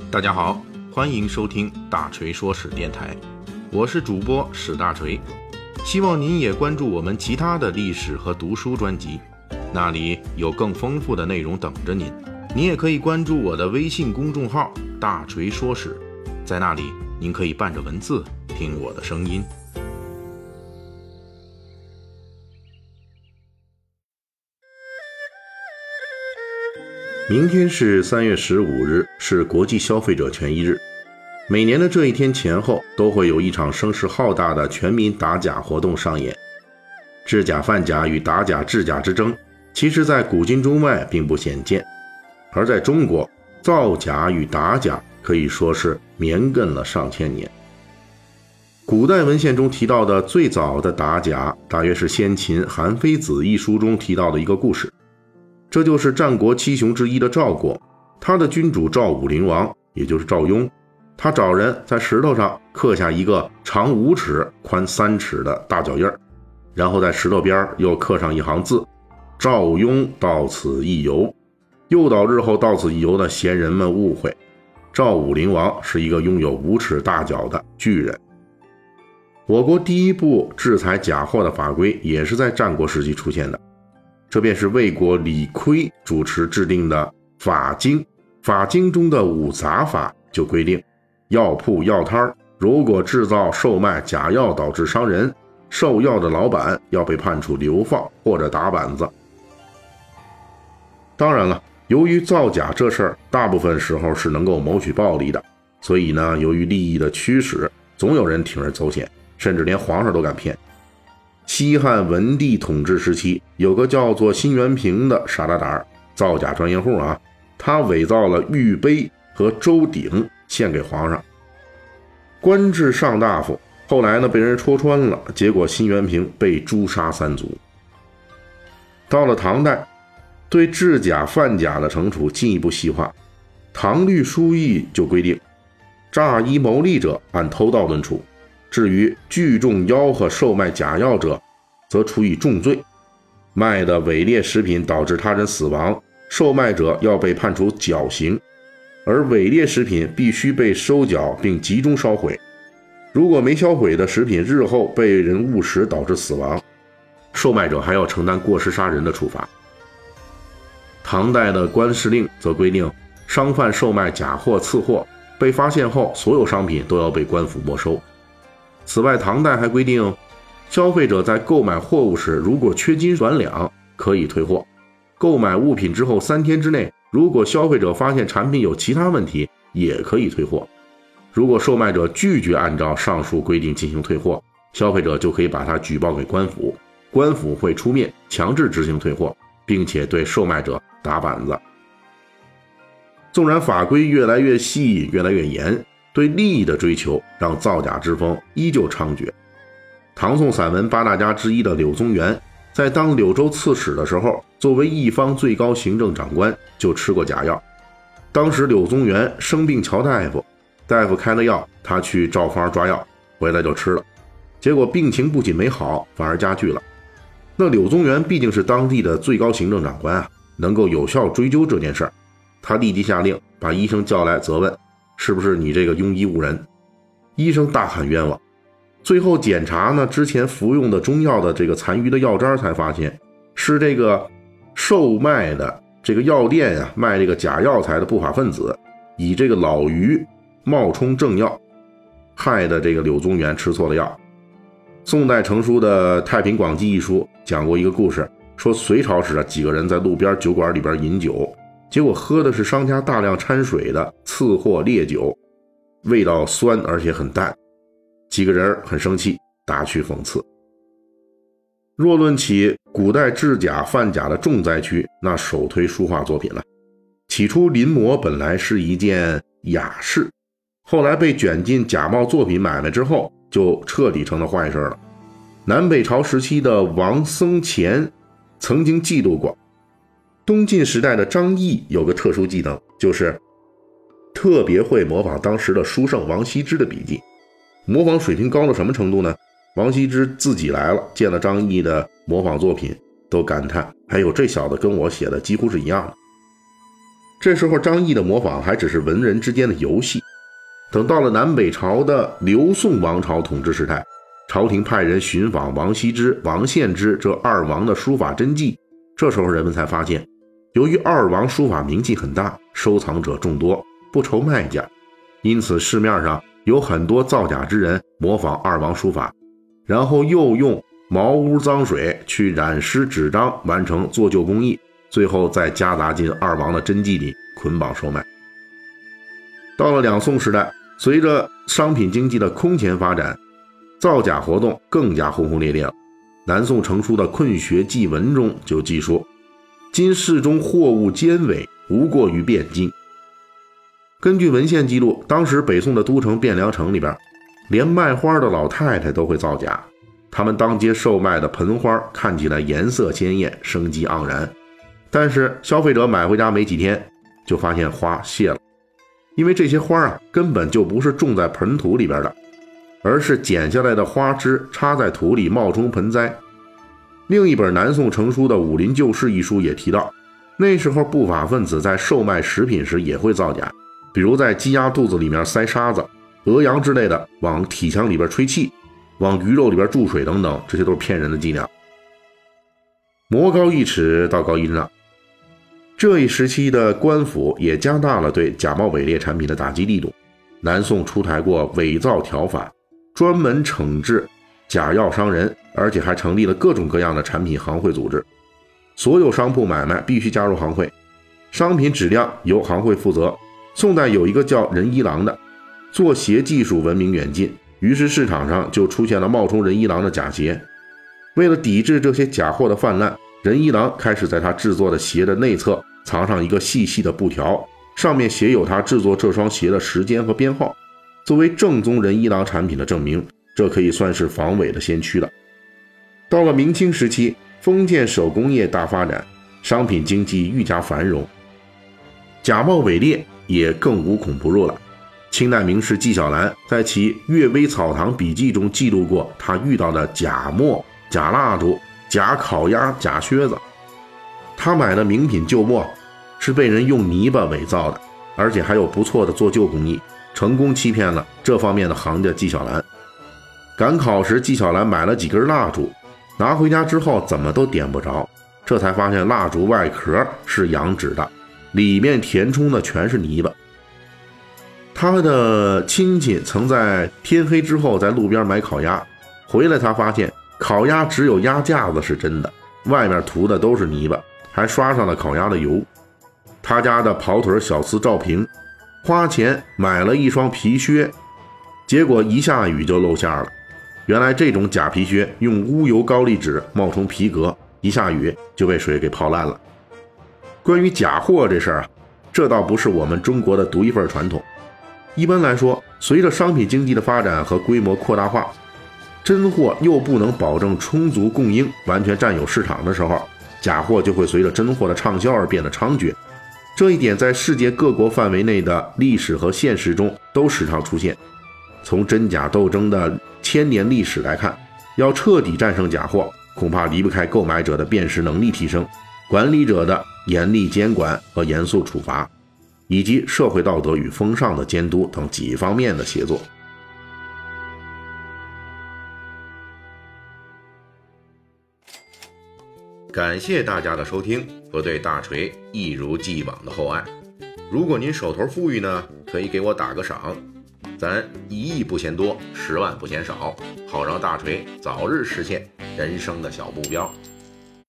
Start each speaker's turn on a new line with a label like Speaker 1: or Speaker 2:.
Speaker 1: 大家好，欢迎收听大锤说史电台，我是主播史大锤，希望您也关注我们其他的历史和读书专辑，那里有更丰富的内容等着您。您也可以关注我的微信公众号大锤说史，在那里您可以伴着文字听我的声音。明天是3月15日，是国际消费者权益日。每年的这一天前后，都会有一场声势浩大的全民打假活动上演。制假贩假与打假制假之争，其实在古今中外并不鲜见。而在中国，造假与打假可以说是绵亘了上千年。古代文献中提到的最早的打假，大约是先秦《韩非子》一书中提到的一个故事。这就是战国七雄之一的赵国，他的君主赵武灵王，也就是赵雍，他找人在石头上刻下一个长5尺、宽3尺的大脚印，然后在石头边又刻上一行字：赵雍到此一游，诱导日后到此一游的贤人们误会，赵武灵王是一个拥有5尺大脚的巨人。我国第一部制裁假货的法规也是在战国时期出现的，这便是魏国李悝主持制定的法经。法经中的五杂法就规定，药铺药摊如果制造售卖假药导致伤人，售药的老板要被判处流放或者打板子。当然了，由于造假这事儿大部分时候是能够谋取暴利的，所以呢，由于利益的驱使，总有人铤而走险，甚至连皇上都敢骗。西汉文帝统治时期，有个叫做辛元平的傻大胆造假专业户啊，他伪造了玉杯和周鼎献给皇上，官至上大夫。后来呢，被人戳穿了，结果辛元平被诛杀3族。到了唐代，对制假贩假的惩处进一步细化，唐律疏议就规定，诈医牟利者按偷盗论处，至于聚众吆喝售卖假药者，则处以重罪。卖的伪劣食品导致他人死亡，售卖者要被判处绞刑，而伪劣食品必须被收缴并集中烧毁。如果没销毁的食品日后被人误食导致死亡，售卖者还要承担过失杀人的处罚。唐代的官市令则规定，商贩售卖假货次货被发现后，所有商品都要被官府没收。此外，唐代还规定，消费者在购买货物时，如果缺斤短两，可以退货。购买物品之后3天之内，如果消费者发现产品有其他问题，也可以退货。如果售卖者拒绝按照上述规定进行退货，消费者就可以把它举报给官府，官府会出面强制执行退货，并且对售卖者打板子。纵然法规越来越细，越来越严，对利益的追求让造假之风依旧猖獗。唐宋散文8大家之一的柳宗元，在当柳州刺史的时候，作为一方最高行政长官，就吃过假药。当时柳宗元生病瞧大夫，大夫开了药，他去照方抓药，回来就吃了，结果病情不仅没好，反而加剧了。那柳宗元毕竟是当地的最高行政长官啊，能够有效追究这件事儿，他立即下令把医生叫来责问，是不是你这个庸医误人？医生大喊冤枉。最后检查呢，之前服用的中药的这个残余的药渣，才发现是这个售卖的这个药店啊，卖这个假药材的不法分子以这个老鱼冒充正药，害的这个柳宗元吃错了药。宋代成书的《太平广记》一书讲过一个故事，说隋朝时几个人在路边酒馆里边饮酒，结果喝的是商家大量掺水的次货烈酒，味道酸而且很淡，几个人很生气，打趣讽刺。若论起古代制假贩假的重灾区，那首推书画作品了。起初临摹本来是一件雅事，后来被卷进假冒作品买卖之后，就彻底成了坏事了。南北朝时期的王僧虔曾经记录过，东晋时代的张毅有个特殊技能，就是特别会模仿当时的书圣王羲之的笔记。模仿水平高到什么程度呢？王羲之自己来了，见了张毅的模仿作品，都感叹，哎呦，这小子跟我写的几乎是一样的。 这时候张毅的模仿还只是文人之间的游戏，等到了南北朝的刘宋王朝统治时代，朝廷派人寻访王羲之、王献之这二王的书法真迹，这时候人们才发现，由于二王书法名气很大，收藏者众多，不愁卖家，因此市面上有很多造假之人模仿二王书法，然后又用茅污脏水去染湿纸张，完成做旧工艺，最后再夹杂进二王的真迹里捆绑售卖。到了两宋时代，随着商品经济的空前发展，造假活动更加轰轰烈烈了。南宋成书的《困学记文》中就记述，今市中货物奸伪，无过于汴京。根据文献记录，当时北宋的都城汴梁城里边，连卖花的老太太都会造假，他们当街售卖的盆花看起来颜色鲜艳，生机盎然，但是消费者买回家没几天就发现花谢了，因为这些花根本就不是种在盆土里边的，而是剪下来的花枝插在土里冒充盆栽。另一本南宋成书的《武林旧事》一书也提到，那时候不法分子在售卖食品时也会造假，比如在鸡鸭肚子里面塞沙子、鹅羊之类的往体腔里边吹气，往鱼肉里边注水等等，这些都是骗人的伎俩。魔高一尺，道高一丈。这一时期的官府也加大了对假冒伪劣产品的打击力度。南宋出台过伪造条法，专门惩治假药商人，而且还成立了各种各样的产品行会组织。所有商铺买卖必须加入行会，商品质量由行会负责。宋代有一个叫任一郎的，做鞋技术闻名远近，于是市场上就出现了冒充任一郎的假鞋。为了抵制这些假货的泛滥，任一郎开始在他制作的鞋的内侧藏上一个细细的布条，上面写有他制作这双鞋的时间和编号，作为正宗任一郎产品的证明，这可以算是防伪的先驱了。到了明清时期，封建手工业大发展，商品经济愈加繁荣，假冒伪劣也更无孔不入了。清代名士纪晓岚在其《阅微草堂笔记》中记录过他遇到的假墨、假蜡烛、假烤鸭、假靴子。他买的名品旧墨是被人用泥巴伪造的，而且还有不错的做旧工艺，成功欺骗了这方面的行家纪晓岚。赶考时，纪晓岚买了几根蜡烛，拿回家之后怎么都点不着，这才发现蜡烛外壳是羊脂的，里面填充的全是泥巴。他的亲戚曾在天黑之后在路边买烤鸭，回来他发现烤鸭只有鸭架子是真的，外面涂的都是泥巴，还刷上了烤鸭的油。他家的跑腿小厮赵平花钱买了一双皮靴，结果一下雨就露馅了。原来这种假皮靴用乌油高丽纸冒充皮革，一下雨就被水给泡烂了。关于假货这事儿这倒不是我们中国的独一份传统。一般来说，随着商品经济的发展和规模扩大化，真货又不能保证充足供应，完全占有市场的时候，假货就会随着真货的畅销而变得猖獗。这一点在世界各国范围内的历史和现实中都时常出现。从真假斗争的千年历史来看，要彻底战胜假货，恐怕离不开购买者的辨识能力提升，管理者的严厉监管和严肃处罚，以及社会道德与风尚的监督等几方面的协作。感谢大家的收听和对大锤一如既往的厚爱。如果您手头富裕呢，可以给我打个赏，咱1亿不嫌多，10万不嫌少，好让大锤早日实现人生的小目标。